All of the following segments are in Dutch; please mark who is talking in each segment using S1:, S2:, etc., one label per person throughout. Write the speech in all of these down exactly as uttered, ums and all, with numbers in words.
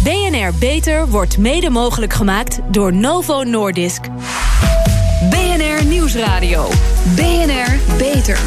S1: B N R Beter wordt mede mogelijk gemaakt door Novo Nordisk. B N R Nieuwsradio. B N R Beter.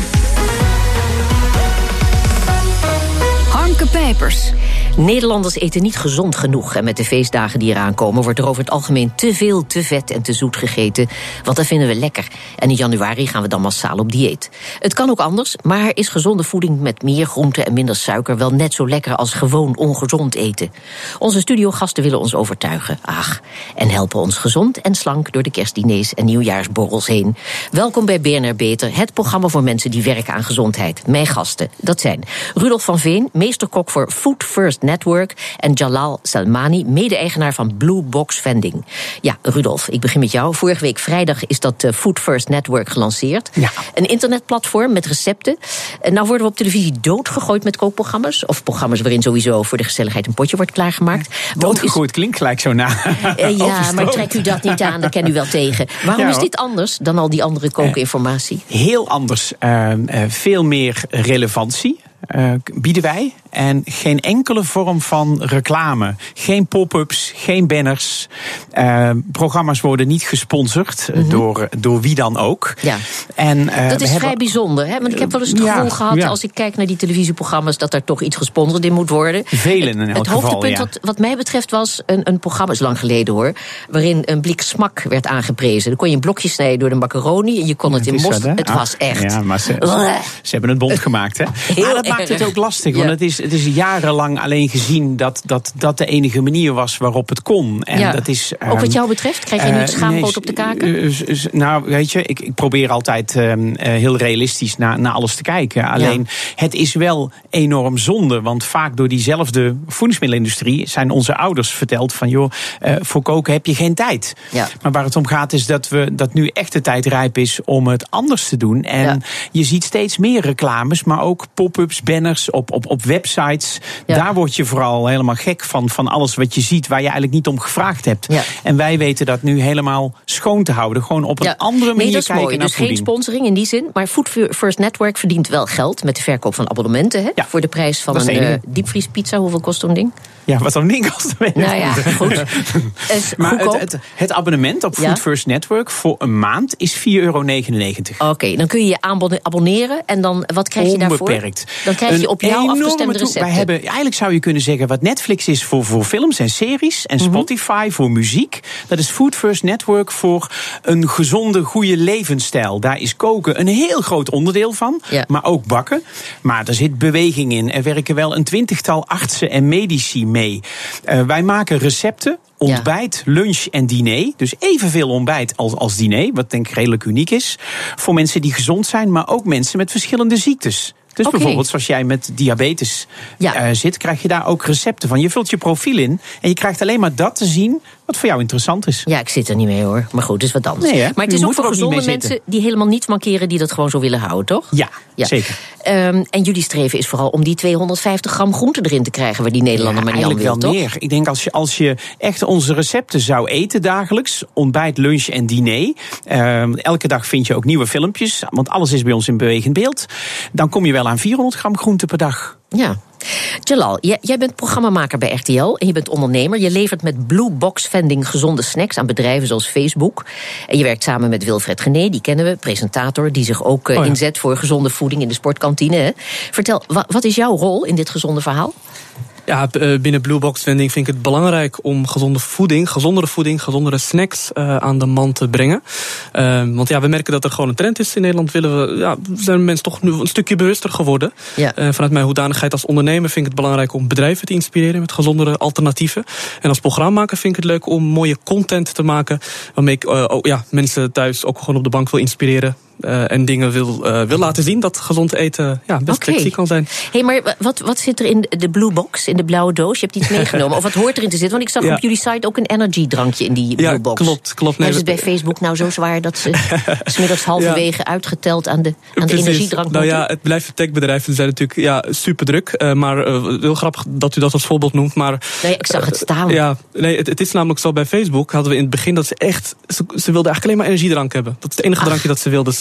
S1: Harmke Pijpers.
S2: Nederlanders eten niet gezond genoeg. En met de feestdagen die eraan komen wordt er over het algemeen te veel, te vet en te zoet gegeten. Want dat vinden we lekker. En in januari gaan we dan massaal op dieet. Het kan ook anders, maar is gezonde voeding met meer groente en minder suiker wel net zo lekker als gewoon ongezond eten? Onze studiogasten willen ons overtuigen. Ach, en helpen ons gezond en slank door de kerstdiners en nieuwjaarsborrels heen. Welkom bij B N R Beter, het programma voor mensen die werken aan gezondheid. Mijn gasten, dat zijn Rudolf van Veen, meesterkok voor Food First Network, en Jalal Salmani, mede-eigenaar van Blue Box Vending. Ja, Rudolf, ik begin met jou. Vorige week vrijdag is dat Food First Network gelanceerd. Ja. Een internetplatform met recepten. En nou worden we op televisie doodgegooid met kookprogramma's. Of programma's waarin sowieso voor de gezelligheid een potje wordt klaargemaakt.
S3: Doodgegooid is... klinkt gelijk zo na.
S2: Uh, ja, maar trek u dat niet aan, dat ken u wel tegen. Waarom ja, is dit anders dan al die andere kookinformatie?
S3: Uh, heel anders. Uh, uh, veel meer relevantie. Uh, bieden wij. En geen enkele vorm van reclame. Geen pop-ups, geen banners. Uh, programma's worden niet gesponsord mm-hmm. door, door wie dan ook. Ja.
S2: En, uh, dat is vrij hebben... bijzonder, hè? Want ik heb wel eens het gevoel ja, gehad, ja. als ik kijk naar die televisieprogramma's, dat er toch iets gesponsord in moet worden.
S3: Velen in elk
S2: Het
S3: geval,
S2: hoogtepunt
S3: ja.
S2: wat, wat mij betreft was een, een programma, is lang geleden hoor, waarin een blik smak werd aangeprezen. Dan kon je een blokje snijden door de macaroni en je kon het in mosterd. Het, het ah, was echt.
S3: Ja, maar ze, ze, ze hebben het bond gemaakt, hè?
S2: Heel
S3: maar dat
S2: erg.
S3: maakt het ook lastig,
S2: ja.
S3: want het is, het is jarenlang alleen gezien dat, dat dat de enige manier was waarop het kon. En
S2: ja.
S3: dat is, um,
S2: ook wat jou betreft? Krijg je nu het schaamrood nee, op de kaken?
S3: Uh, uh, nou, weet je, ik, ik probeer altijd um, uh, heel realistisch naar, naar alles te kijken. Alleen, ja. het is wel enorm zonde, want vaak door diezelfde voedingsmiddelenindustrie zijn onze ouders verteld van, joh, uh, voor koken heb je geen tijd. Ja. Maar waar het om gaat is dat, we, dat nu echt de tijd rijp is om het anders te doen. En ja. je ziet steeds meer reclames, maar ook pop-ups, banners op, op, op websites. Ja. Daar word je vooral helemaal gek van, van alles wat je ziet waar je eigenlijk niet om gevraagd hebt. Ja. En wij weten dat nu helemaal schoon te houden. Gewoon op een ja. andere manier
S2: nee, dat is
S3: kijken
S2: mooi.
S3: naar
S2: dus
S3: voeding.
S2: Geen sponsoring in die zin. Maar Food First Network verdient wel geld met de verkoop van abonnementen. Hè? Ja. Voor de prijs van een uh, diepvriespizza. Hoeveel kost zo'n ding?
S3: Ja, wat zo'n ding kost.
S2: Nou ja, goed.
S3: Maar het, het, het abonnement op Food ja? First Network voor een maand is vier euro negenennegentig.
S2: Oké, okay, dan kun je je abonneren en dan wat krijg je daarvoor?
S3: Onbeperkt.
S2: Dan krijg je op jou afgestemde recepten.
S3: Wij hebben, eigenlijk zou je kunnen zeggen wat Netflix is voor, voor films en series en mm-hmm. Spotify voor muziek. Dat is Food First Network voor een gezonde, goede levensstijl. Daar is koken een heel groot onderdeel van, ja. maar ook bakken. Maar er zit beweging in. Er werken wel een twintigtal artsen en medici mee. Uh, wij maken recepten. Ontbijt, ja. lunch en diner. Dus evenveel ontbijt als, als diner. Wat denk ik redelijk uniek is. Voor mensen die gezond zijn, maar ook mensen met verschillende ziektes. Dus okay. bijvoorbeeld zoals jij met diabetes ja. uh, zit, krijg je daar ook recepten van. Je vult je profiel in en je krijgt alleen maar dat te zien wat voor jou interessant is.
S2: Ja, ik zit er niet mee hoor. Maar goed, het is wat anders.
S3: Nee,
S2: maar het is ook voor gezonde mensen die helemaal niet mankeren, die dat gewoon zo willen houden, toch?
S3: Ja, ja. zeker.
S2: Um, en jullie streven is vooral om die tweehonderdvijftig gram groente erin te krijgen, waar die Nederlander ja, maar niet aan wil,
S3: wel
S2: toch?
S3: Meer. Ik denk als je, als je echt onze recepten zou eten dagelijks, ontbijt, lunch en diner. Um, elke dag vind je ook nieuwe filmpjes, want alles is bij ons in bewegend beeld. Dan kom je wel aan vierhonderd gram groente per dag.
S2: Ja. Jalal, jij, jij bent programmamaker bij R T L en je bent ondernemer. Je levert met Blue Box Vending gezonde snacks aan bedrijven zoals Facebook. En je werkt samen met Wilfred Gené, die kennen we, presentator, die zich ook uh, oh ja. inzet voor gezonde voeding in de sportkantine. Hè? Vertel, wa, wat is jouw rol in dit gezonde verhaal?
S4: Ja, binnen Blue Box Vending vind ik het belangrijk om gezonde voeding, gezondere voeding, gezondere snacks uh, aan de man te brengen. Uh, want ja, we merken dat er gewoon een trend is in Nederland. Willen we, ja, zijn mensen toch nu een stukje bewuster geworden. Ja. Uh, vanuit mijn hoedanigheid als ondernemer vind ik het belangrijk om bedrijven te inspireren met gezondere alternatieven. En als programmamaker vind ik het leuk om mooie content te maken waarmee ik uh, ook, ja, mensen thuis ook gewoon op de bank wil inspireren. Uh, en dingen wil, uh, wil laten zien dat gezond eten ja, best
S2: okay.
S4: sexy kan zijn.
S2: Hey, maar wat, wat zit er in de blue box, in de blauwe doos? Je hebt iets meegenomen. Of wat hoort erin te zitten? Want ik zag ja. op jullie site ook een energy drankje in die blue
S4: ja,
S2: box.
S4: Klopt, klopt. Nee,
S2: hebben ze het bij Facebook nou zo zwaar dat ze 's middags halverwege ja. uitgeteld aan de, aan de energiedrank
S4: Nou
S2: moeten?
S4: ja, het blijft een techbedrijf. Ze zijn natuurlijk ja, super druk. Uh, maar uh, heel grappig dat u dat als voorbeeld noemt. Maar,
S2: nee, ik zag het staan.
S4: Uh, ja, nee, het, het is namelijk zo bij Facebook. Hadden we in het begin dat ze echt. Ze, ze wilden eigenlijk alleen maar energiedrank hebben. Dat is het enige Ach. drankje dat ze wilden. Ze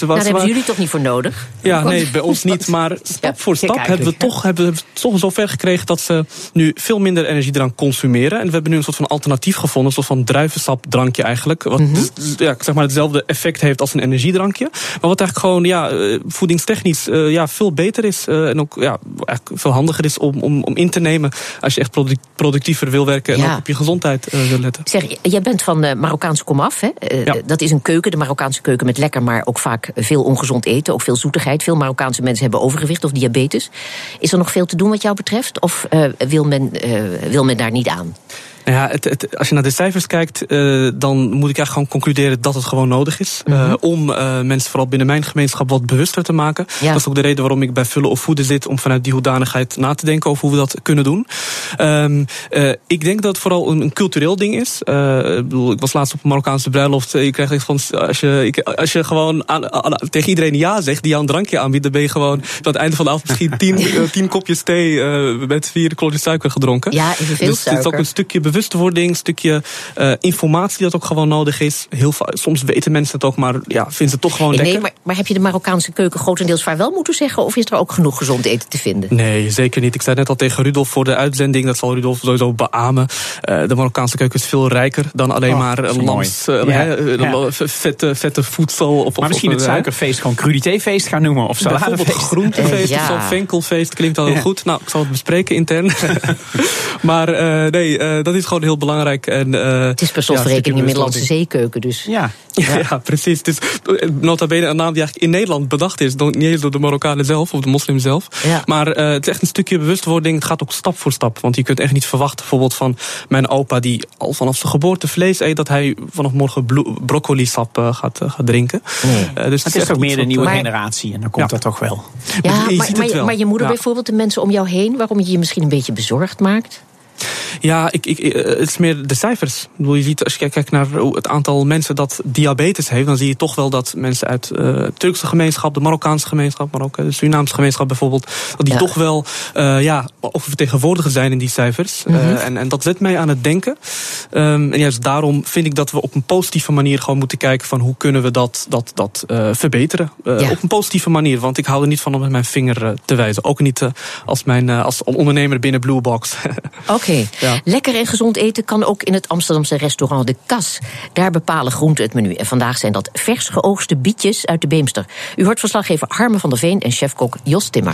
S2: Nou, daar hebben jullie toch niet voor nodig?
S4: Ja, nee, bij ons niet. Maar stap ja, voor stap hebben we, toch, hebben we toch zover gekregen dat ze nu veel minder energiedrank consumeren. En we hebben nu een soort van alternatief gevonden, een soort van druivensapdrankje eigenlijk. Wat mm-hmm. dus, ja, zeg maar hetzelfde effect heeft als een energiedrankje. Maar wat eigenlijk gewoon ja, voedingstechnisch uh, ja, veel beter is. Uh, en ook ja, eigenlijk veel handiger is om, om, om in te nemen als je echt productiever wil werken en ja. ook op je gezondheid uh, wil letten.
S2: Zeg, jij bent van uh, Marokkaanse komaf, hè? Uh, ja. Dat is een keuken, de Marokkaanse keuken met lekker, maar ook vaak veel ongezond eten, ook veel zoetigheid. Veel Marokkaanse mensen hebben overgewicht of diabetes. Is er nog veel te doen wat jou betreft? Of uh, wil, men, uh, wil men daar niet aan?
S4: Ja, het, het, als je naar de cijfers kijkt, uh, dan moet ik eigenlijk gewoon concluderen dat het gewoon nodig is. Mm-hmm. Uh, om uh, mensen vooral binnen mijn gemeenschap wat bewuster te maken. Ja. Dat is ook de reden waarom ik bij Vullen of Voeden zit, om vanuit die hoedanigheid na te denken over hoe we dat kunnen doen. Um, uh, ik denk dat het vooral een, een cultureel ding is. Uh, ik bedoel, ik was laatst op een Marokkaanse bruiloft. Je krijgt echt van, als je, ik, als je gewoon aan, aan, tegen iedereen ja zegt die jou een drankje aanbiedt, dan ben je gewoon aan het einde van de avond misschien tien, uh, tien kopjes thee uh, met vier klontjes suiker gedronken.
S2: Ja, even veel
S4: dus
S2: suiker.
S4: Het is ook een stukje bewustwording, een stukje uh, informatie dat ook gewoon nodig is. Heel veel, soms weten mensen het ook, maar ja, vinden ze het toch gewoon
S2: nee,
S4: lekker.
S2: Maar, maar heb je de Marokkaanse keuken grotendeels vaarwel moeten zeggen, of is er ook genoeg gezond eten te vinden?
S4: Nee, zeker niet. Ik zei net al tegen Rudolf voor de uitzending, dat zal Rudolf sowieso beamen. Uh, de Marokkaanse keuken is veel rijker dan alleen oh, maar lams, uh, ja. he, ja. vette, vette voedsel. Of,
S3: maar misschien of, het suikerfeest gewoon cruditéfeest gaan noemen, of saladefeest.
S4: Bijvoorbeeld groentefeest uh, ja. of zo'n venkelfeest, klinkt al heel ja. goed. Nou, ik zal het bespreken intern. maar uh, nee, uh, dat is gewoon heel belangrijk. En, uh,
S2: het is per slotverrekening ja, een Middellandse zeekeuken, dus.
S3: Ja.
S4: Ja, ja, precies. Het is nota bene een naam die eigenlijk in Nederland bedacht is. Niet eens door de Marokkanen zelf of de moslims zelf. Ja. Maar uh, het is echt een stukje bewustwording. Het gaat ook stap voor stap. Want je kunt echt niet verwachten bijvoorbeeld van mijn opa die al vanaf zijn geboorte vlees eet, dat hij vanaf morgen blo- broccolisap uh, gaat, uh, gaat drinken.
S3: Nee. Uh, dus het is, is ook meer de nieuwe maar, generatie. En dan komt ja. dat toch wel.
S2: Ja, maar, je maar, maar, wel. maar je moeder ja. bijvoorbeeld, de mensen om jou heen, waarom je je misschien een beetje bezorgd maakt?
S4: Ja, ik, ik, het is meer de cijfers. Ik bedoel, je ziet, als je kijkt naar het aantal mensen dat diabetes heeft, dan zie je toch wel dat mensen uit uh, de Turkse gemeenschap, de Marokkaanse gemeenschap, maar ook de Surinaamse gemeenschap bijvoorbeeld, dat die ja. toch wel uh, ja, oververtegenwoordigen zijn in die cijfers. Mm-hmm. Uh, en, en dat zet mij aan het denken. Um, en juist daarom vind ik dat we op een positieve manier gewoon moeten kijken van hoe kunnen we dat, dat, dat uh, verbeteren. Uh, ja. Op een positieve manier, want ik hou er niet van om met mijn vinger uh, te wijzen. Ook niet uh, als, mijn, uh, als ondernemer binnen Blue Box.
S2: Oké. Okay. Ja. Lekker en gezond eten kan ook in het Amsterdamse restaurant De Kas. Daar bepalen groenten het menu. En vandaag zijn dat vers geoogste bietjes uit de Beemster. U hoort verslaggever Harmen van der Veen en chefkok Jos Timmer.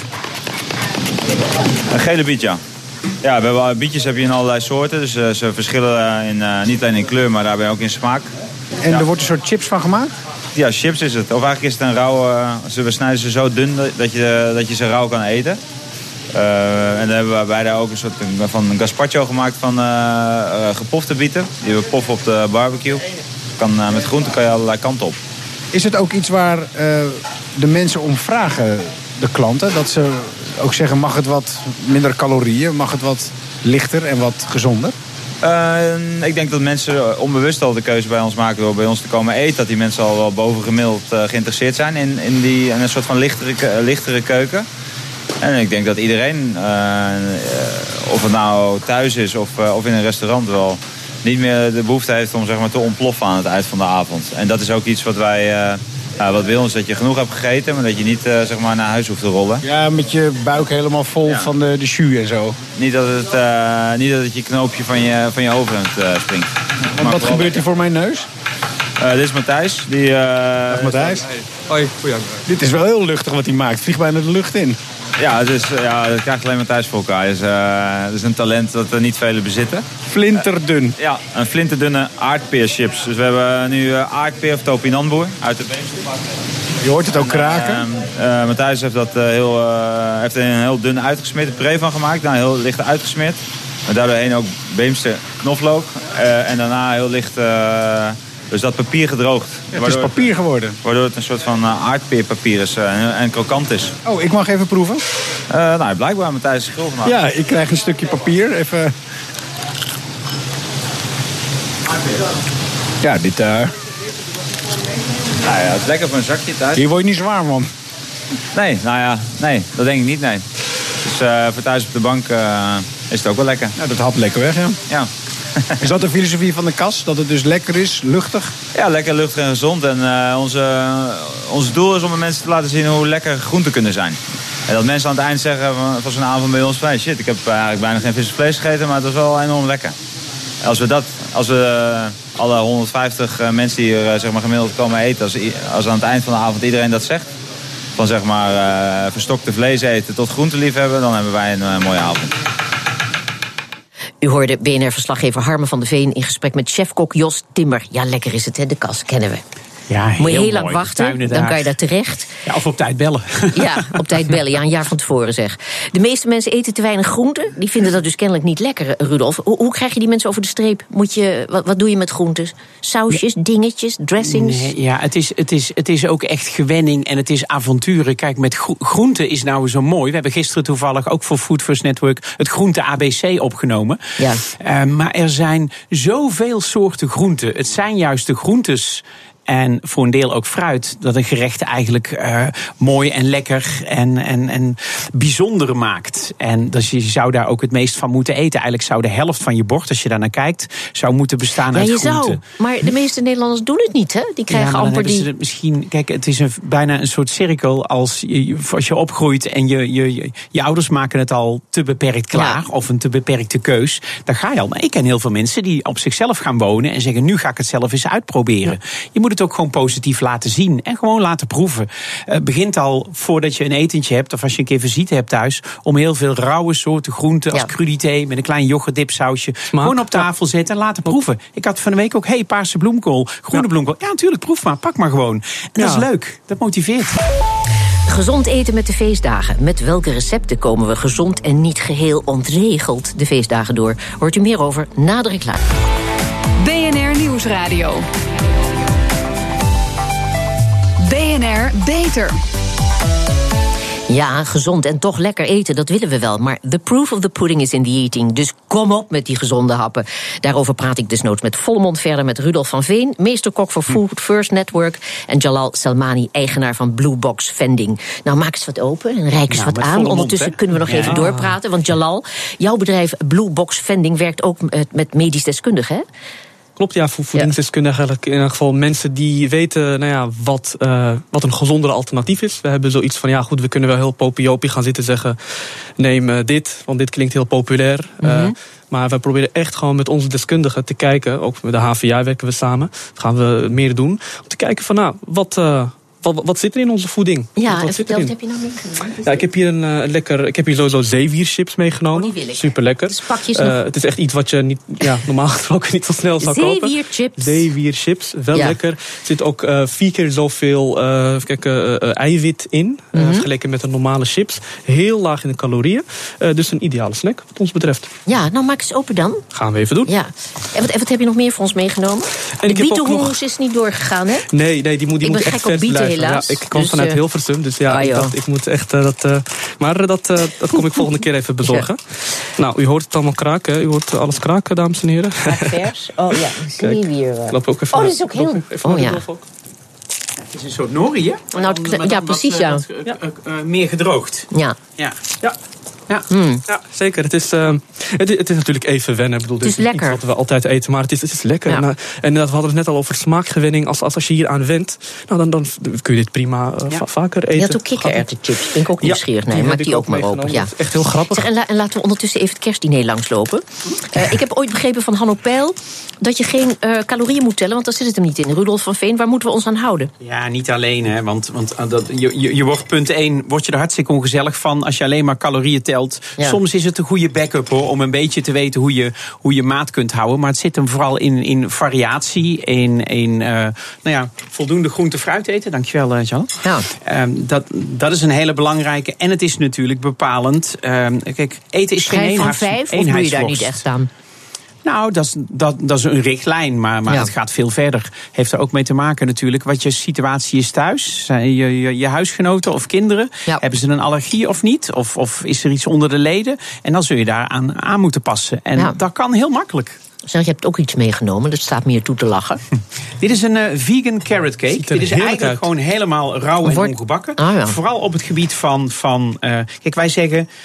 S5: Een gele biet, ja. Ja, we hebben, bietjes heb je in allerlei soorten. Dus uh, ze verschillen in, uh, niet alleen in kleur, maar daarbij ook in smaak.
S6: En
S5: ja.
S6: er wordt een soort chips van gemaakt?
S5: Ja, chips is het. Of eigenlijk is het een rauwe... Uh, we snijden ze zo dun dat je, dat je ze rauw kan eten. Uh, en dan hebben we bij daar ook een soort van gazpacho gemaakt van uh, uh, gepofte bieten. Die we poffen op de barbecue. Kan, uh, met groenten kan je allerlei kanten op.
S6: Is het ook iets waar uh, de mensen om vragen, de klanten? Dat ze ook zeggen, mag het wat minder calorieën? Mag het wat lichter en wat gezonder?
S5: Uh, ik denk dat mensen onbewust al de keuze bij ons maken door bij ons te komen eten. Dat die mensen al wel bovengemiddeld uh, geïnteresseerd zijn in, in, die, in een soort van lichtere, uh, lichtere keuken. En ik denk dat iedereen, uh, uh, of het nou thuis is of, uh, of in een restaurant wel, niet meer de behoefte heeft om zeg maar, te ontploffen aan het eind van de avond. En dat is ook iets wat wij, uh, uh, wat wil ons, dat je genoeg hebt gegeten, maar dat je niet uh, zeg maar, naar huis hoeft te rollen.
S6: Ja, met je buik helemaal vol ja. van de, de jus en zo.
S5: Niet dat het, uh, niet dat het je knoopje van je, van je overhemd uh, springt.
S6: En wat gebeurt hier voor mijn neus?
S5: Uh, dit is Matthijs. Die, uh,
S6: Dag Matthijs.
S4: Hoi, goeie.
S6: Dit is wel heel luchtig wat hij maakt. Vliegt bijna de lucht in.
S5: Ja, dus, ja, dat krijgt alleen Matthijs voor elkaar. Het is, uh, is een talent dat er niet velen bezitten.
S6: Flinterdun. Uh,
S5: ja, een flinterdunne aardpeerchips. Dus we hebben nu uh, aardpeer of topinamboer uit de Beemster.
S6: Je hoort het ook kraken.
S5: Uh, uh, Matthijs heeft, dat, uh, heel, uh, heeft er een heel dun uitgesmeerd puree van gemaakt. Nou, heel licht uitgesmeerd. Maar daardoorheen ook Beemster knoflook. Uh, en daarna heel licht... Uh, Dus dat papier gedroogd.
S6: Ja, het is papier geworden.
S5: Waardoor het een soort van uh, aardpeerpapier is uh, en, en krokant is.
S6: Oh, ik mag even proeven?
S5: Uh, nou, blijkbaar met tijdens de grill vandaag.
S6: Ja, ik krijg een stukje papier. Even... Ja, dit... Uh...
S5: Nou ja, het is lekker voor een zakje thuis.
S6: Hier word je niet zwaar van.
S5: Nee, nou ja, nee, dat denk ik niet, nee. Dus uh, voor thuis op de bank uh, is het ook wel lekker.
S6: Ja, dat hapt lekker weg, ja.
S5: Ja.
S6: Is dat de filosofie van de kas? Dat het dus lekker is, luchtig?
S5: Ja, lekker luchtig en gezond. En uh, onze, ons doel is om de mensen te laten zien hoe lekker groenten kunnen zijn. En dat mensen aan het eind zeggen van, van zo'n avond bij ons... Van, shit, ik heb eigenlijk bijna geen vis of vlees gegeten, maar het was wel enorm lekker. Als we dat, als we uh, alle honderdvijftig uh, mensen die hier uh, zeg maar, gemiddeld komen eten... Als, als aan het eind van de avond iedereen dat zegt... van zeg maar uh, verstokte vlees eten tot groentelief hebben... dan hebben wij een uh, mooie avond.
S2: U hoorde B N R-verslaggever Harmen van de Veen in gesprek met chefkok Jos Timmer. Ja, lekker is het, hè? De kas kennen we.
S3: Ja,
S2: moet je heel
S3: mooi,
S2: lang wachten, dan
S3: daar.
S2: kan je daar terecht.
S3: Ja, of op tijd bellen.
S2: Ja, op tijd bellen. Ja, een jaar van tevoren zeg. De meeste mensen eten te weinig groenten. Die vinden dat dus kennelijk niet lekker, Rudolf. Hoe, hoe krijg je die mensen over de streep? Moet je, wat, wat doe je met groentes? Sausjes, ja. dingetjes, dressings?
S3: Nee, ja, het is, het, is, het is ook echt gewenning en het is avonturen. Kijk, met gro- groenten is nou zo mooi. We hebben gisteren toevallig ook voor Food First Network... het groente A B C opgenomen.
S2: Ja.
S3: Uh, maar er zijn zoveel soorten groenten. Het zijn juist de groentes... En voor een deel ook fruit, dat een gerecht eigenlijk uh, mooi en lekker en, en, en bijzonder maakt. En dus je zou daar ook het meest van moeten eten. Eigenlijk zou de helft van je bord, als je daar naar kijkt, zou moeten bestaan
S2: ja,
S3: uit
S2: je
S3: groenten.
S2: Zou, maar de meeste Nederlanders doen het niet, hè? Die krijgen
S3: ja,
S2: amper die...
S3: Het misschien, kijk, het is een, bijna een soort cirkel. Als je, als je opgroeit en je, je, je, je ouders maken het al te beperkt klaar, ja. of een te beperkte keus, dan ga je al. Maar ik ken heel veel mensen die op zichzelf gaan wonen en zeggen, nu ga ik het zelf eens uitproberen. Ja. Je moet het ook gewoon positief laten zien en gewoon laten proeven. Het uh, begint al voordat je een etentje hebt of als je een keer visite hebt thuis, om heel veel rauwe soorten groenten als ja. crudité met een klein yoghurtdipsausje gewoon op tafel zetten en laten proeven. Ik had van de week ook, hey, paarse bloemkool, groene ja. bloemkool. Ja, natuurlijk, proef maar, pak maar gewoon. En ja. dat is leuk, dat motiveert.
S2: Gezond eten met de feestdagen. Met welke recepten komen we gezond en niet geheel ontregeld de feestdagen door? Hoort u meer over na de reclame.
S1: B N R Nieuwsradio. B N R Beter.
S2: Ja, gezond en toch lekker eten, dat willen we wel. Maar the proof of the pudding is in the eating. Dus kom op met die gezonde happen. Daarover praat ik desnoods met volle mond verder met Rudolf van Veen, meesterkok voor Food First Network, en Jalal Selmani, eigenaar van Blue Box Vending. Nou, maak eens wat open en reik eens nou, wat aan. Ondertussen mond, kunnen we nog ja. even doorpraten. Want Jalal, jouw bedrijf Blue Box Vending werkt ook met medisch deskundigen, hè?
S4: Klopt, ja, voor voedingsdeskundigen eigenlijk in ieder geval mensen die weten nou ja, wat, uh, wat een gezondere alternatief is. We hebben zoiets van, ja goed, we kunnen wel heel popiopie gaan zitten zeggen, neem uh, dit, want dit klinkt heel populair. Mm-hmm. Uh, maar we proberen echt gewoon met onze deskundigen te kijken, ook met de H V A werken we samen, dat gaan we meer doen, om te kijken van, nou, wat... Uh, Wat, wat zit er in onze voeding?
S2: Ja,
S4: wat, wat
S2: vertel, wat heb je nou meegenomen?
S4: Ja, ik heb hier een uh, lekker, ik heb hier sowieso zeewierchips meegenomen.
S2: Oh,
S4: super lekker.
S2: Dus pakjes
S4: uh, het is echt iets wat je niet, ja, normaal gesproken niet zo snel zou kopen.
S2: Zeewierchips.
S4: Zeewierchips, wel ja. lekker. Er zit ook uh, vier keer zoveel uh, kijk, uh, uh, eiwit in, uh, mm-hmm. vergeleken met de normale chips. Heel laag in de calorieën. Uh, dus een ideale snack wat ons betreft.
S2: Ja, nou maak eens open dan.
S4: Gaan we even doen.
S2: Ja. En wat, en wat heb je nog meer voor ons meegenomen? En de bietenhoemous nog... is niet doorgegaan, hè?
S4: Nee, nee die moet, die
S2: ik
S4: moet
S2: ben
S4: echt
S2: gek op bieten, helaas.
S4: Ja, ik kwam dus, vanuit Hilversum, dus ja, ah, ik, dacht, ik moet echt... Uh, dat, uh, maar dat, uh, dat kom ik volgende keer even bezorgen. Ja. Nou, u hoort het allemaal kraken. U hoort alles kraken, dames en heren.
S2: Vers. Oh ja, zeewier.
S4: Loop ook even.
S2: Oh, dat is ook heel...
S3: Oh ja. Het is een soort nori, hè?
S2: Nou, het, ja, precies, wat, ja. Wat, uh,
S3: uh, uh, meer gedroogd.
S2: Ja.
S3: Ja. Ja.
S4: Ja, mm. ja, zeker. Het is, uh, het, het is natuurlijk even wennen. Ik bedoel,
S2: het is
S4: dit is
S2: lekker.
S4: Iets wat we altijd eten, maar het is, het is lekker.
S2: Ja.
S4: En, uh, en we hadden het net al over smaakgewenning. Als, als, als je hier aan went, nou, dan, dan kun je dit prima uh, ja. va- vaker eten.
S2: Je had ook kikkererwtenchips. Ben ik ook nieuwsgierig. Ja, nee, maak die ook maar open. Ja.
S4: Dat is echt heel grappig.
S2: Zeg, en, la, en laten we ondertussen even het kerstdiner langslopen. Uh, ik heb ooit begrepen van Hanno Peil dat je geen uh, calorieën moet tellen, want daar zit het hem niet in. Rudolf van Veen, waar moeten we ons aan houden?
S3: Ja, niet alleen, hè. Want, want uh, dat, je, je, je wordt punt één, word je er hartstikke ongezellig van als je alleen maar calorieën telt. Ja. Soms is het een goede backup, hoor, om een beetje te weten hoe je, hoe je maat kunt houden. Maar het zit hem vooral in, in variatie, in, in uh, nou ja, voldoende groente fruit eten. Dankjewel, uh, Jan.
S2: Ja.
S3: Um, dat, dat is een hele belangrijke. En het is natuurlijk bepalend. Um, kijk, eten is
S2: Schrijf
S3: geen eenheids,
S2: van vijf, of doe je daar niet echt aan?
S3: Nou, dat is, dat, dat is een richtlijn, maar, maar ja. het gaat veel verder. Heeft er ook mee te maken natuurlijk wat je situatie is thuis. Zijn je, je, je huisgenoten of kinderen, ja. hebben ze een allergie of niet? Of, of is er iets onder de leden? En dan zul je daar aan, aan moeten passen. En ja. dat kan heel makkelijk.
S2: Zeg, je hebt ook iets meegenomen, dat staat meer toe te lachen.
S3: Dit is een uh, vegan carrot cake. Dit is eigenlijk uit. gewoon helemaal rauw en
S2: Wordt...
S3: ongebakken.
S2: Ah, ja.
S3: Vooral op het gebied van... van uh, kijk, wij zeggen...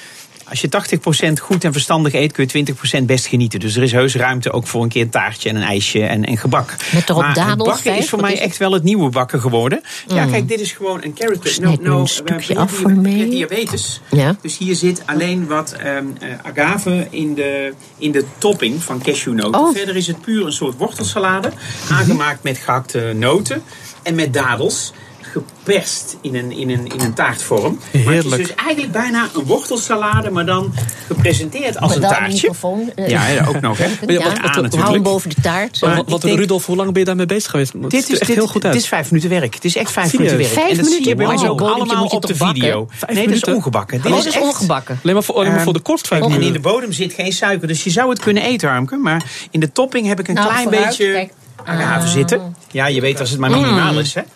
S3: Als je tachtig procent goed en verstandig eet, kun je twintig procent best genieten. Dus er is heus ruimte ook voor een keer een taartje en een ijsje en, en gebak.
S2: Met erop
S3: maar
S2: dadels,
S3: bakken
S2: vijf,
S3: is voor
S2: wat
S3: mij
S2: is het?
S3: echt wel het nieuwe bakken geworden. Mm. Ja, kijk, dit is gewoon een carrot cake.
S2: Snijd nu een stukje af voor mij.
S3: Diabetes.
S2: Ja.
S3: Dus hier zit alleen wat um, uh, agave in de, in de topping van cashewnoten.
S2: Oh.
S3: Verder is het puur een soort wortelsalade. Mm-hmm. Aangemaakt met gehakte noten en met dadels. Geperst in een, in een, in een taartvorm.
S4: Heerlijk.
S3: Maar het is dus eigenlijk bijna een wortelsalade, maar dan gepresenteerd als
S2: maar
S3: een
S2: dan
S3: taartje.
S2: microfoon. Uh,
S3: Ja, ja, ook nog. Hè.
S2: Ja,
S3: Wat aan,
S2: hou
S3: natuurlijk.
S2: hem boven de taart.
S4: Maar
S3: Maar
S4: wat,
S3: ik denk-
S4: Rudolf, hoe lang ben je daarmee bezig geweest? Het
S3: Dit
S4: ziet er
S3: is,
S4: echt
S3: dit,
S4: heel goed uit.
S3: dit is vijf minuten werk. Het is echt vijf
S4: Serieus?
S3: minuten werk.
S2: Vijf
S3: en dat zie je
S2: minuten?
S3: bij ons
S2: Wow.
S3: ook
S2: Bodempje
S3: allemaal
S2: moet je
S3: op de
S2: toch bakken?
S3: video.
S4: Vijf
S3: Nee, dat is
S4: minuten?
S3: ongebakken.
S2: Oh,
S3: Dit
S2: dat is
S3: echt-
S2: ongebakken.
S4: Alleen maar voor, alleen maar voor de korst vijf
S3: En in
S4: minuten.
S3: de bodem zit geen suiker, dus je zou het kunnen eten, Harmke. Maar in de topping heb ik een
S2: Nou,
S3: klein
S2: vooruit,
S3: beetje
S2: kijk.
S3: agave
S2: Ah.
S3: zitten. Ja, je weet als het maar minimaal is, hè.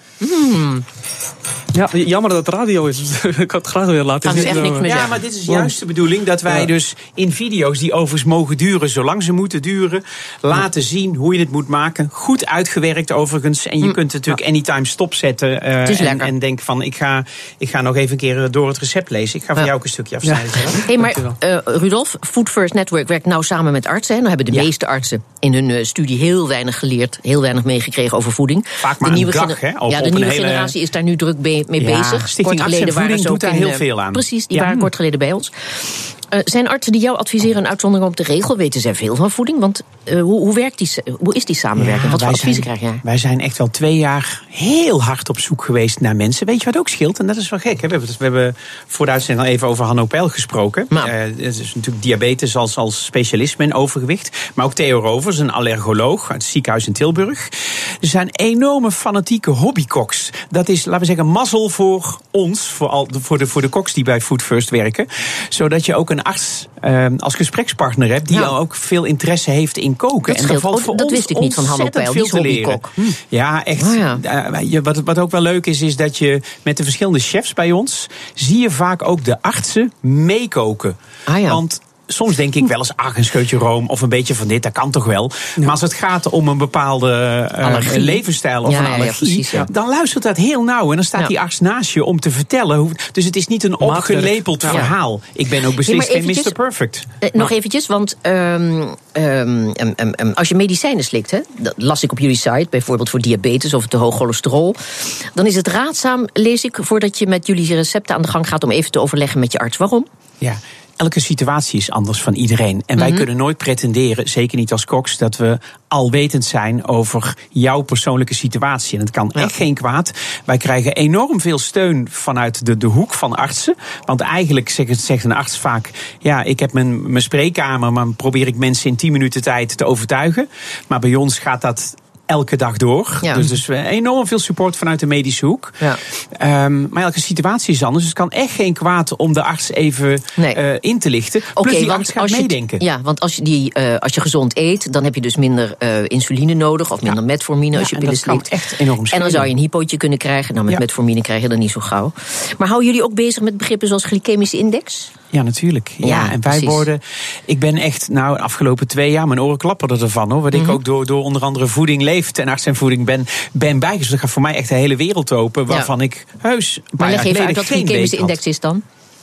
S4: Ja, jammer dat het radio is. Ik had het graag weer laten
S2: Gaan we
S4: zien.
S2: echt niks meer
S3: Ja,
S2: zeggen.
S3: maar dit is juist de bedoeling dat wij
S4: Ja.
S3: dus in video's die overigens mogen duren zolang ze moeten duren, laten zien hoe je het moet maken. Goed uitgewerkt overigens. En je kunt natuurlijk anytime stopzetten uh,
S2: Het is
S3: en,
S2: lekker.
S3: en denk van ik ga, ik ga nog even een keer door het recept lezen. Ik ga van
S2: Ja.
S3: jou ook een stukje afsnijden.
S2: Hey, maar uh, Rudolf, Food First Network werkt nou samen met artsen. Hè? Nou hebben de
S3: Ja.
S2: meeste artsen in hun uh, studie heel weinig geleerd, heel weinig meegekregen over voeding.
S3: Vaak maar
S2: de nieuwe
S3: een dag,
S2: gener-
S3: hè, op-
S2: ja, de
S3: op een
S2: nieuwe
S3: hele-
S2: generatie is daar nu druk be- mee
S3: Ja,
S2: bezig.
S3: Stichting
S2: Kort
S3: Arts en
S2: geleden waren
S3: Voeding
S2: ze
S3: doet
S2: ook
S3: daar
S2: in,
S3: heel
S2: uh,
S3: veel aan.
S2: Precies, die
S3: Ja.
S2: waren kort geleden bij ons. Uh, zijn artsen die jou adviseren een uitzondering op de regel? Weten zij veel van voeding? Want uh, hoe, hoe, werkt die, hoe is die samenwerking?
S3: Ja,
S2: Wat voor
S3: wij
S2: adviezen
S3: zijn-
S2: krijg jij?
S3: Wij zijn echt wel twee jaar heel hard op zoek geweest naar mensen. Weet je wat ook scheelt? En dat is wel gek. Hè? We, hebben, we hebben voor de uitzending al even over Hanno Peil gesproken.
S2: Nou.
S3: Uh, het is natuurlijk diabetes als, als specialisme en overgewicht. Maar ook Theo Rovers, een allergoloog uit het ziekenhuis in Tilburg. Er zijn enorme fanatieke hobbykoks. Dat is, laten we zeggen, mazzel voor ons, voor, al, voor, de, voor de koks die bij Food First werken. Zodat je ook een arts uh, als gesprekspartner hebt die
S2: Ja.
S3: ook veel interesse heeft in koken.
S2: Dat
S3: en daar
S2: scheelt.
S3: valt
S2: Oh,
S3: voor
S2: dat
S3: ons
S2: wist ik niet van Hanno
S3: ontzettend
S2: Peil, die
S3: veel
S2: is
S3: te leren.
S2: hobbykok.
S3: Ja, echt.
S2: Oh ja.
S3: Uh, je, wat, wat ook wel leuk is, is dat je met de verschillende chefs bij ons zie je vaak ook de artsen meekoken.
S2: Ah ja.
S3: Want soms denk ik wel eens, ach, een scheutje room of een beetje van dit, dat kan toch wel. Maar als het gaat om een bepaalde uh,
S2: Allergie.
S3: levensstijl of
S2: Ja,
S3: een
S2: ja, ja,
S3: allergie,
S2: precies, ja.
S3: dan luistert dat heel nauw. En dan staat
S2: Ja.
S3: die arts naast je om te vertellen. Hoe, dus het is niet een
S4: Maatwerk.
S3: opgelepeld
S2: Ja.
S3: verhaal. Ik ben ook beslist
S2: Hey, maar
S3: geen
S2: eventjes-
S3: mister Perfect.
S2: Eh, nog eventjes, want um, um, um, um, um, als je medicijnen slikt, hè, dat las ik op jullie site, bijvoorbeeld voor diabetes of te hoog cholesterol, dan is het raadzaam, lees ik, voordat je met jullie recepten aan de gang gaat, om even te overleggen met je arts. Waarom?
S3: Ja. Elke situatie is anders van iedereen. En wij
S2: Mhm.
S3: kunnen nooit pretenderen, zeker niet als koks, dat we alwetend zijn over jouw persoonlijke situatie. En het kan
S2: Ja.
S3: echt geen kwaad. Wij krijgen enorm veel steun vanuit de, de hoek van artsen. Want eigenlijk zegt, zegt een arts vaak, ja, ik heb mijn, mijn spreekkamer, maar probeer ik mensen in tien minuten tijd te overtuigen. Maar bij ons gaat dat elke dag door.
S2: Ja.
S3: Dus, dus enorm veel support vanuit de medische hoek.
S2: Ja.
S3: Um, maar elke situatie is anders. Dus het kan echt geen kwaad om de arts even
S2: Nee.
S3: uh, in te lichten.
S2: Oké,
S3: Plus die
S2: want
S3: arts gaat
S2: als je,
S3: meedenken.
S2: ja, want als je, die, uh, als je gezond eet, dan heb je dus minder uh, insuline nodig of minder
S3: Ja.
S2: metformine als
S3: Ja,
S2: je
S3: en
S2: pillen
S3: dat kan
S2: slikt.
S3: echt enorm
S2: En dan
S3: schelen.
S2: zou je een hypootje kunnen krijgen. Nou, met
S3: Ja.
S2: metformine krijg je dat niet zo gauw. Maar houden jullie ook bezig met begrippen zoals glycemische index?
S3: Ja, natuurlijk. Ja,
S2: Ja,
S3: en wij
S2: precies.
S3: worden. Ik ben echt, nou, de afgelopen twee jaar, mijn oren klapperden ervan hoor. Wat
S2: Mhm.
S3: ik ook door, door onder andere voeding leeft en arts en voeding ben, ben bijgezet. Dat gaat voor mij echt de hele wereld open. Waarvan ik heus. Een paar
S2: Maar leg
S3: jaar
S2: even
S3: geleden
S2: uit wat
S3: geen
S2: glycemische
S3: week had.
S2: index is dan.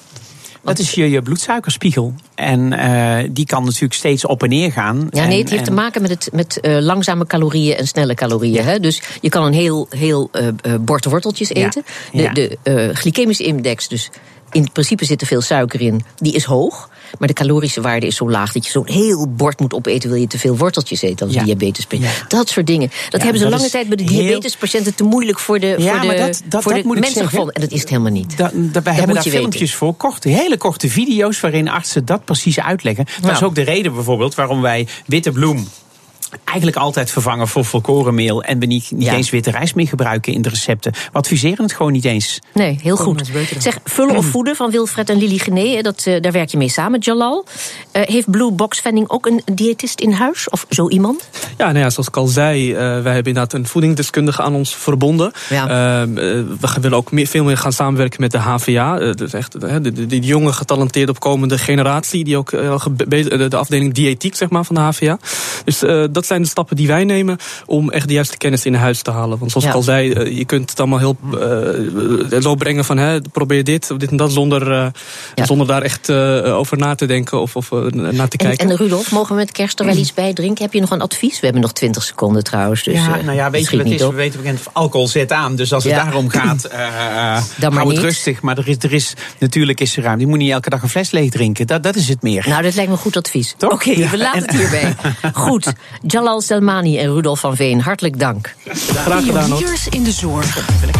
S3: Dat is je, je bloedsuikerspiegel. En uh, die kan natuurlijk steeds op en neer gaan.
S2: Ja,
S3: en,
S2: nee, het heeft
S3: en,
S2: te maken met, het, met uh, langzame calorieën en snelle calorieën.
S3: Ja.
S2: Hè? Dus je kan een heel, heel uh, uh, bord worteltjes
S3: Ja.
S2: eten. De,
S3: Ja.
S2: de uh, glycemische index, dus in principe zit er veel suiker in, die is hoog. Maar de calorische waarde is zo laag dat je zo'n heel bord moet opeten, wil je te veel worteltjes eten als
S3: Ja.
S2: diabetes bent.
S3: Ja.
S2: Dat soort dingen. Dat
S3: Ja,
S2: hebben ze
S3: dat
S2: lange
S3: is
S2: tijd bij de
S3: heel-
S2: diabetespatiënten te moeilijk voor de,
S3: Ja,
S2: voor de,
S3: maar dat- dat-
S2: voor
S3: dat
S2: de
S3: moet ik
S2: mensen
S3: zeggen.
S2: gevonden. En dat is het helemaal niet.
S3: Da, da, wij
S2: Dat
S3: hebben
S2: moet
S3: daar
S2: je
S3: filmpjes
S2: weten.
S3: voor, korte, hele korte video's waarin artsen dat precies uitleggen. Dat
S2: Ja.
S3: is ook de reden bijvoorbeeld waarom wij witte bloem eigenlijk altijd vervangen voor volkorenmeel en we niet, niet
S2: Ja.
S3: eens witte rijst meer gebruiken in de recepten. We adviseren het gewoon niet eens.
S2: Nee, heel
S3: Komen
S2: goed.
S3: ons beter dan.
S2: Zeg, vullen of voeden van Wilfred en Lili Gené, dat, uh, daar werk je mee samen, Jalal. Uh, heeft Blue Box Vending ook een diëtist in huis? Of zo iemand?
S4: Ja, nou ja, zoals ik al zei, uh, wij hebben inderdaad een voedingsdeskundige aan ons verbonden.
S2: Ja.
S4: Uh, we willen ook meer, veel meer gaan samenwerken met de H V A. Uh, dus echt, uh, de, de, die jonge, getalenteerde opkomende generatie, die ook uh, de, de afdeling diëtiek zeg maar, van de H V A. Dus uh, dat zijn de stappen die wij nemen om echt de juiste kennis in huis te halen. Want zoals ja. ik al zei, uh, je kunt het allemaal heel uh, zo brengen van hè, probeer dit of dit en dat zonder, uh, ja. zonder daar echt uh, over na te denken of, of uh, naar te kijken.
S2: En, en Rudolf, mogen we met kerst er wel iets bij drinken? Heb je nog een advies? We hebben nog twintig seconden trouwens. Dus,
S3: ja, nou ja, weet je wat het is?
S2: Op.
S3: We weten bekend alcohol zet aan. Dus als het ja. daarom gaat, uh, hou het
S2: niet.
S3: rustig. Maar er is, er is, natuurlijk is er ruimte. Je moet niet elke dag een fles leeg drinken. Dat, dat is het meer.
S2: Nou, dat lijkt me een goed advies.
S3: Oké,
S2: okay, ja. we laten het hierbij. Goed, Jalal Selmani en Rudolf van Veen, hartelijk dank.
S1: Graag gedaan. Pioniers in de zorg.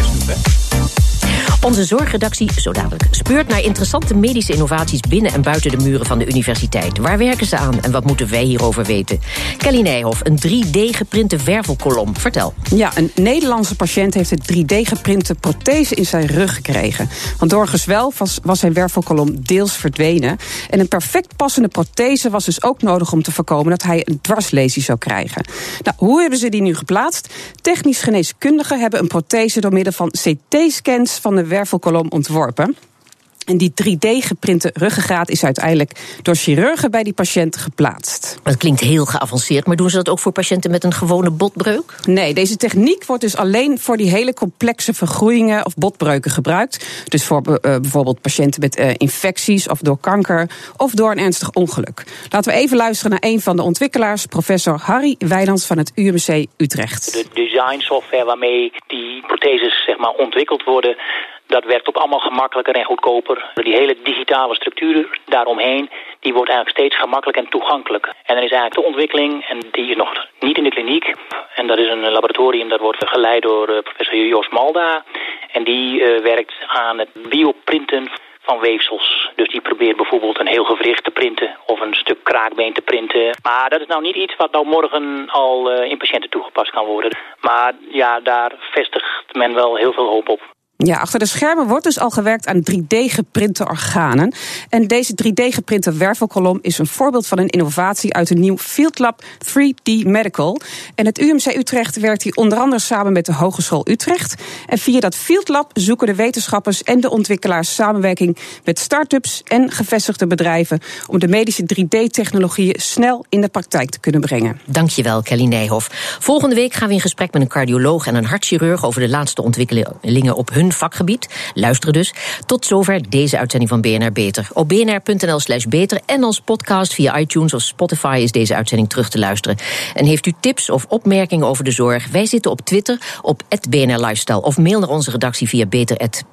S1: Onze zorgredactie, zo dadelijk, speurt naar interessante medische innovaties binnen en buiten de muren van de universiteit. Waar werken ze aan en wat moeten wij hierover weten? Kelly Nijhoff, een drie D-geprinte wervelkolom. Vertel.
S7: Ja, een Nederlandse patiënt heeft een drie D-geprinte prothese in zijn rug gekregen. Want door een gezwel was, was zijn wervelkolom deels verdwenen. En een perfect passende prothese was dus ook nodig om te voorkomen dat hij een dwarslesie zou krijgen. Nou, hoe hebben ze die nu geplaatst? Technisch geneeskundigen hebben een prothese door middel van C T-scans van de wervelkolom ontworpen. En die drie D-geprinte ruggengraat is uiteindelijk door chirurgen bij die patiënt geplaatst.
S2: Dat klinkt heel geavanceerd, maar doen ze dat ook voor patiënten met een gewone botbreuk?
S7: Nee, deze techniek wordt dus alleen voor die hele complexe vergroeien of botbreuken gebruikt. Dus voor uh, bijvoorbeeld patiënten met uh, infecties of door kanker of door een ernstig ongeluk. Laten we even luisteren naar een van de ontwikkelaars, professor Harry Wijnands van het U M C Utrecht.
S8: De designsoftware waarmee die protheses zeg maar ontwikkeld worden, dat werkt op allemaal gemakkelijker en goedkoper. Die hele digitale structuur daaromheen, die wordt eigenlijk steeds gemakkelijker en toegankelijk. En dan is eigenlijk de ontwikkeling, en die is nog niet in de kliniek. En dat is een laboratorium dat wordt geleid door uh, professor Jos Malda. En die uh, werkt aan het bioprinten van weefsels. Dus die probeert bijvoorbeeld een heel gewricht te printen of een stuk kraakbeen te printen. Maar dat is nou niet iets wat nou morgen al uh, in patiënten toegepast kan worden. Maar ja, daar vestigt men wel heel veel hoop op.
S7: Ja, achter de schermen wordt dus al gewerkt aan drie D-geprinte organen. En deze drie D-geprinte wervelkolom is een voorbeeld van een innovatie uit een nieuw Fieldlab drie D Medical. En het U M C Utrecht werkt hier onder andere samen met de Hogeschool Utrecht. En via dat Fieldlab zoeken de wetenschappers en de ontwikkelaars samenwerking met start-ups en gevestigde bedrijven om de medische drie D-technologieën snel in de praktijk te kunnen brengen.
S2: Dankjewel, Kelly Nijhoff. Volgende week gaan we in gesprek met een cardioloog en een hartchirurg over de laatste ontwikkelingen op hun vakgebied. Luisteren dus. Tot zover deze uitzending van B N R Beter. Op bnr.nl slash beter en als podcast via iTunes of Spotify is deze uitzending terug te luisteren. En heeft u tips of opmerkingen over de zorg? Wij zitten op Twitter op at B N R Lifestyle of mail naar onze redactie via beter at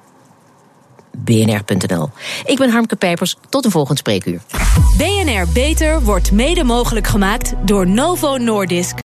S2: b n r punt n l. Ik ben Harmke Pijpers. Tot een volgend spreekuur.
S1: B N R Beter wordt mede mogelijk gemaakt door Novo Nordisk.